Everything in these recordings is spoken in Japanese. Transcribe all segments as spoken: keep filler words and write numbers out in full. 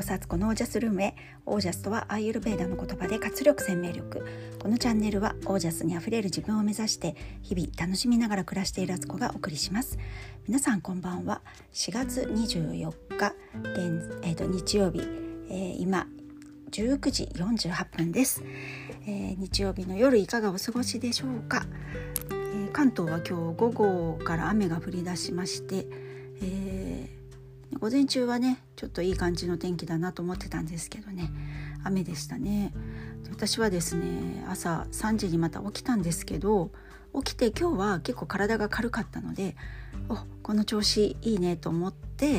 こそアツコのオージャスルームへ。オージャスとはアーユルヴェーダの言葉で活力生命力。このチャンネルはオージャスにあふれる自分を目指して日々楽しみながら暮らしているアツコがお送りします。皆さんこんばんは。しがつにじゅうよっか、現えー、と日曜日、えー、今じゅうくじよんじゅうはっぷんです、えー、日曜日の夜いかがお過ごしでしょうか。えー、関東は今日午後から雨が降り出しまして、えー午前中はねちょっといい感じの天気だなと思ってたんですけどね、雨でしたね。私はですね朝さんじにまた起きたんですけど、起きて今日は結構体が軽かったので、おこの調子いいねと思って、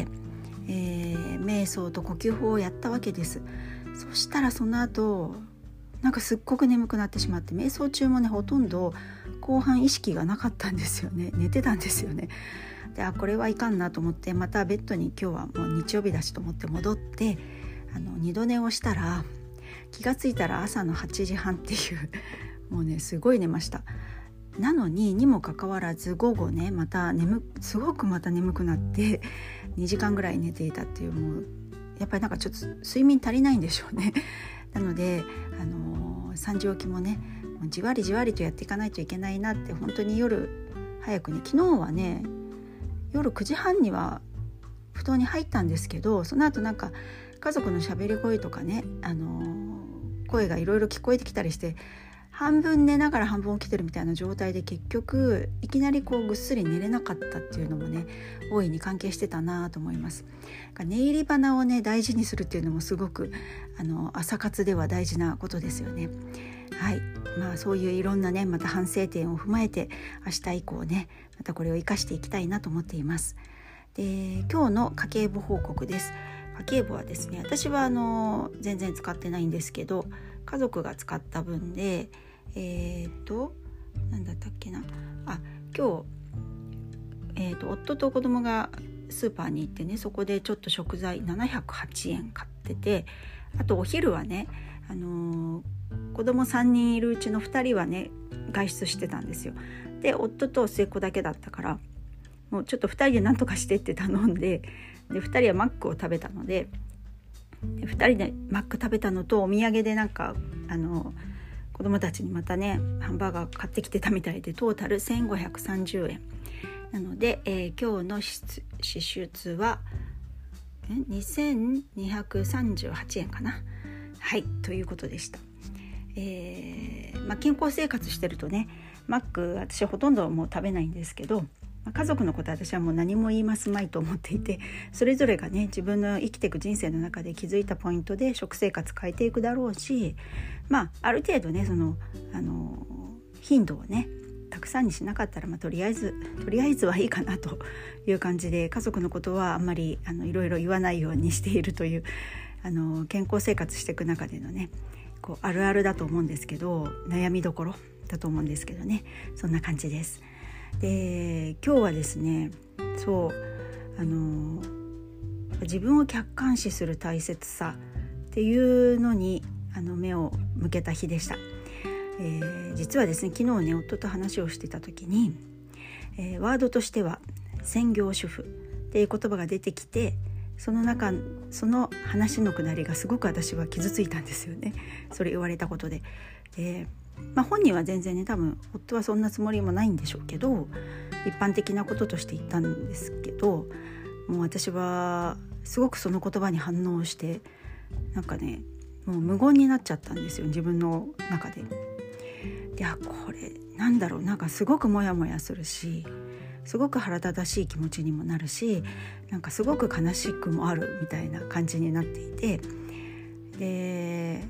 えー、瞑想と呼吸法をやったわけです。そしたらその後なんかすっごく眠くなってしまって、瞑想中もねほとんど後半意識がなかったんですよね。寝てたんですよね。であこれはいかんなと思って、またベッドに今日はもう日曜日だしと思って戻って、あの二度寝をしたら気がついたら朝のはちじはんっていうもうねすごい寝ました。なのににもかかわらず午後ねまた眠すごくまた眠くなってにじかんぐらい寝ていたっていう、もうやっぱりなんかちょっと睡眠足りないんでしょうね。なので、あのー、さんじ起きもねじわりじわりとやっていかないといけないなって、本当に夜早くね、昨日はね夜くじはんには布団に入ったんですけど、その後なんか家族のしゃべり声とかね、あのー、声がいろいろ聞こえてきたりして、半分寝ながら半分起きてるみたいな状態で、結局いきなりこうぐっすり寝れなかったっていうのもね大いに関係してたなと思います。寝入り花をね大事にするっていうのもすごくあの朝活では大事なことですよね。はい、まあそういういろんなねまた反省点を踏まえて、明日以降ねまたこれを生かしていきたいなと思っています。で今日の家計簿報告です。家計簿はですね、私はあの全然使ってないんですけど、家族が使った分でえー、となんだったっけなあ今日、えー、と夫と子供がスーパーに行ってね、そこでちょっと食材ななひゃくはちえん買ってて、あとお昼はね、あのー、子供さんにんいるうちのふたりはね外出してたんですよ。で夫と末っ子だけだったから、もうちょっとふたりで何とかしてって頼んで、でふたりはマックを食べたので、でふたりでマック食べたのとお土産でなんかあの子供たちにまたねハンバーガー買ってきてたみたいで、トータルせんごひゃくさんじゅうえんなので、えー、今日の支出はにせんにひゃくさんじゅうはちえんかな。はいということでした。えーまあ、健康生活してるとねマック私ほとんどもう食べないんですけど、まあ、家族のことは私はもう何も言いますまいと思っていて、それぞれがね自分の生きていく人生の中で気づいたポイントで食生活変えていくだろうし、まあある程度ねそのあの頻度をねたくさんにしなかったら、まあ、とりあえずとりあえずはいいかなという感じで、家族のことはあんまりあのいろいろ言わないようにしているという、あの健康生活していく中でのねこうあるあるだと思うんですけど、悩みどころだと思うんですけどね、そんな感じです。で今日はですね、そうあの自分を客観視する大切さっていうのにあの目を向けた日でした。えー、実はですね昨日ね夫と話をしてた時に、えー、ワードとしては専業主婦っていう言葉が出てきて、その中その話のくだりがすごく私は傷ついたんですよね。それ言われたことで、で、まあ、本人は全然ね多分夫はそんなつもりもないんでしょうけど、一般的なこととして言ったんですけど、もう私はすごくその言葉に反応して、なんかねもう無言になっちゃったんですよ自分の中で。であこれなんだろう、なんかすごくモヤモヤするし、すごく腹立たしい気持ちにもなるし、なんかすごく悲しくもあるみたいな感じになっていて、で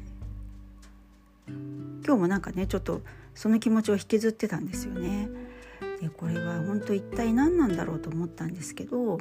今日もなんかねちょっとその気持ちを引きずってたんですよね。でこれは本当一体何なんだろうと思ったんですけど、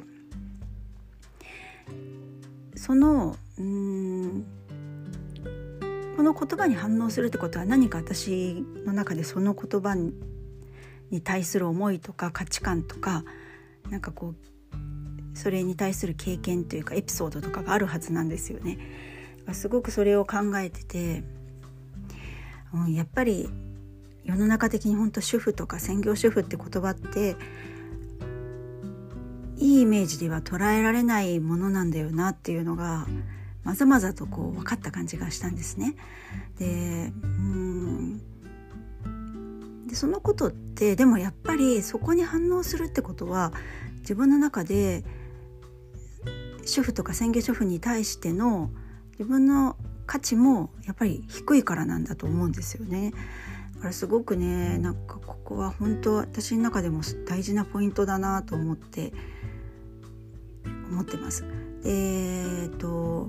そのうーんこの言葉に反応するってことは、何か私の中でその言葉に対する思いとか価値観とか、なんかこうそれに対する経験というかエピソードとかがあるはずなんですよね。すごくそれを考えてて、うん、やっぱり世の中的に本当主婦とか専業主婦って言葉っていいイメージでは捉えられないものなんだよなっていうのがまざまざとこう分かった感じがしたんですね。で、うーんでそのことってでもやっぱりそこに反応するってことは自分の中で主婦とか専業主婦に対しての自分の価値もやっぱり低いからなんだと思うんですよね。だからすごくね、なんかここは本当私の中でも大事なポイントだなと思って思ってます。えーと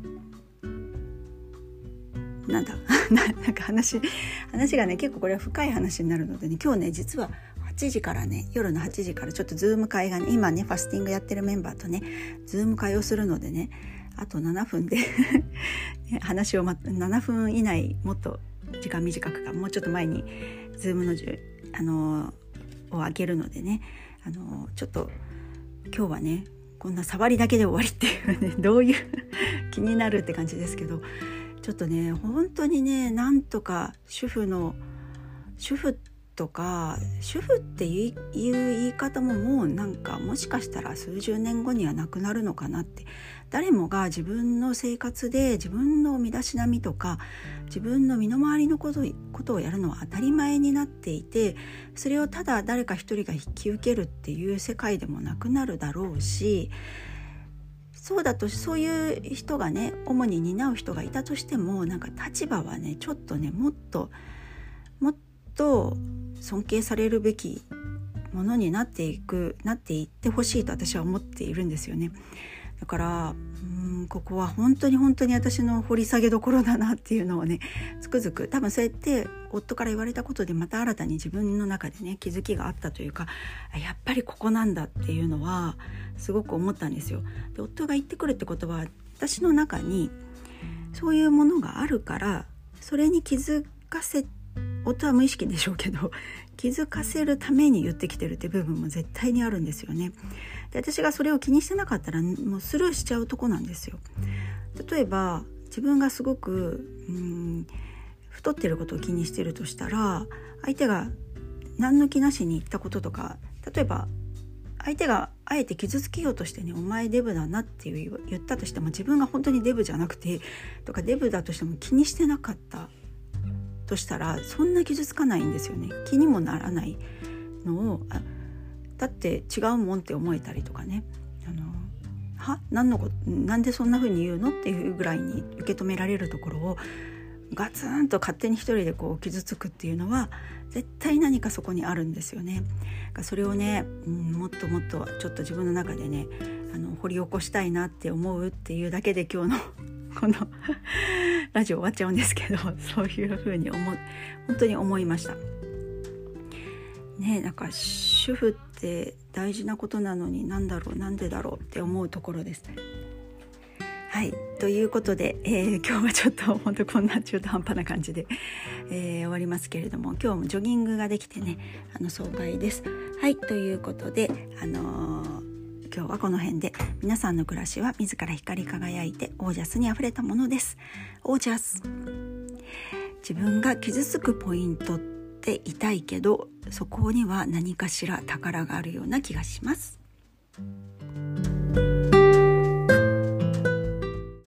なんだなんか話話がね結構これは深い話になるのでね、今日ね実ははちじからね夜のはちじからちょっとズーム会がね今ねファスティングやってるメンバーとねズーム会をするのでね、あとななふんで話を、ま、ななふん以内もっと時間短くかもうちょっと前にズームのじゅあのを開けるのでね、あのちょっと今日はねこんな触りだけで終わりっていうねどういう気になるって感じですけど、ちょっとね本当にねなんとか主婦の主婦とか主婦っていう言い方ももうなんかもしかしたら数十年後にはなくなるのかなって、誰もが自分の生活で自分の身だしなみとか自分の身の回りのことことをやるのは当たり前になっていて、それをただ誰か一人が引き受けるっていう世界でもなくなるだろうし、そうだとそういう人がね主に担う人がいたとしてもなんか立場はねちょっとねもっともっと尊敬されるべきものになっていくなっていってほしいと私は思っているんですよね。だからうーんここは本当に本当に私の掘り下げどころだなっていうのをねつくづく多分そうやって夫から言われたことでまた新たに自分の中でね気づきがあったというか、やっぱりここなんだっていうのはすごく思ったんですよ。で夫が言ってくるってことは私の中にそういうものがあるからそれに気づかせ夫は無意識でしょうけど気づかせるために言ってきてるって部分も絶対にあるんですよね。で私がそれを気にしてなかったらもうスルーしちゃうとこなんですよ。例えば自分がすごくうーん太ってることを気にしてるとしたら、相手が何の気なしに言ったこととか、例えば相手があえて傷つけようとしてねお前デブだなっていう言ったとしても自分が本当にデブじゃなくてとかデブだとしても気にしてなかったとしたらそんな傷つかないんですよね。気にもならないのをあだって違うもんって思えたりとかね、あのは何のこなんでそんな風に言うのっていうぐらいに受け止められるところをガツンと勝手に一人でこう傷つくっていうのは絶対何かそこにあるんですよね。それをね、うん、もっともっとちょっと自分の中でねあの掘り起こしたいなって思うっていうだけで今日のこのラジオ終わっちゃうんですけど、そういう風に思本当に思いましたね。なんか主婦って大事なことなのになんだろうなんでだろうって思うところです。はい、ということで、えー、今日はちょっと本当こんな中途半端な感じで、えー、終わりますけれども、今日もジョギングができてねあの爽快です。はい、ということで、あのー今日はこの辺で、皆さんの暮らしは自ら光り輝いてオージャスにあふれたものです。オージャス。自分が傷つくポイントって痛いけど、そこには何かしら宝があるような気がします。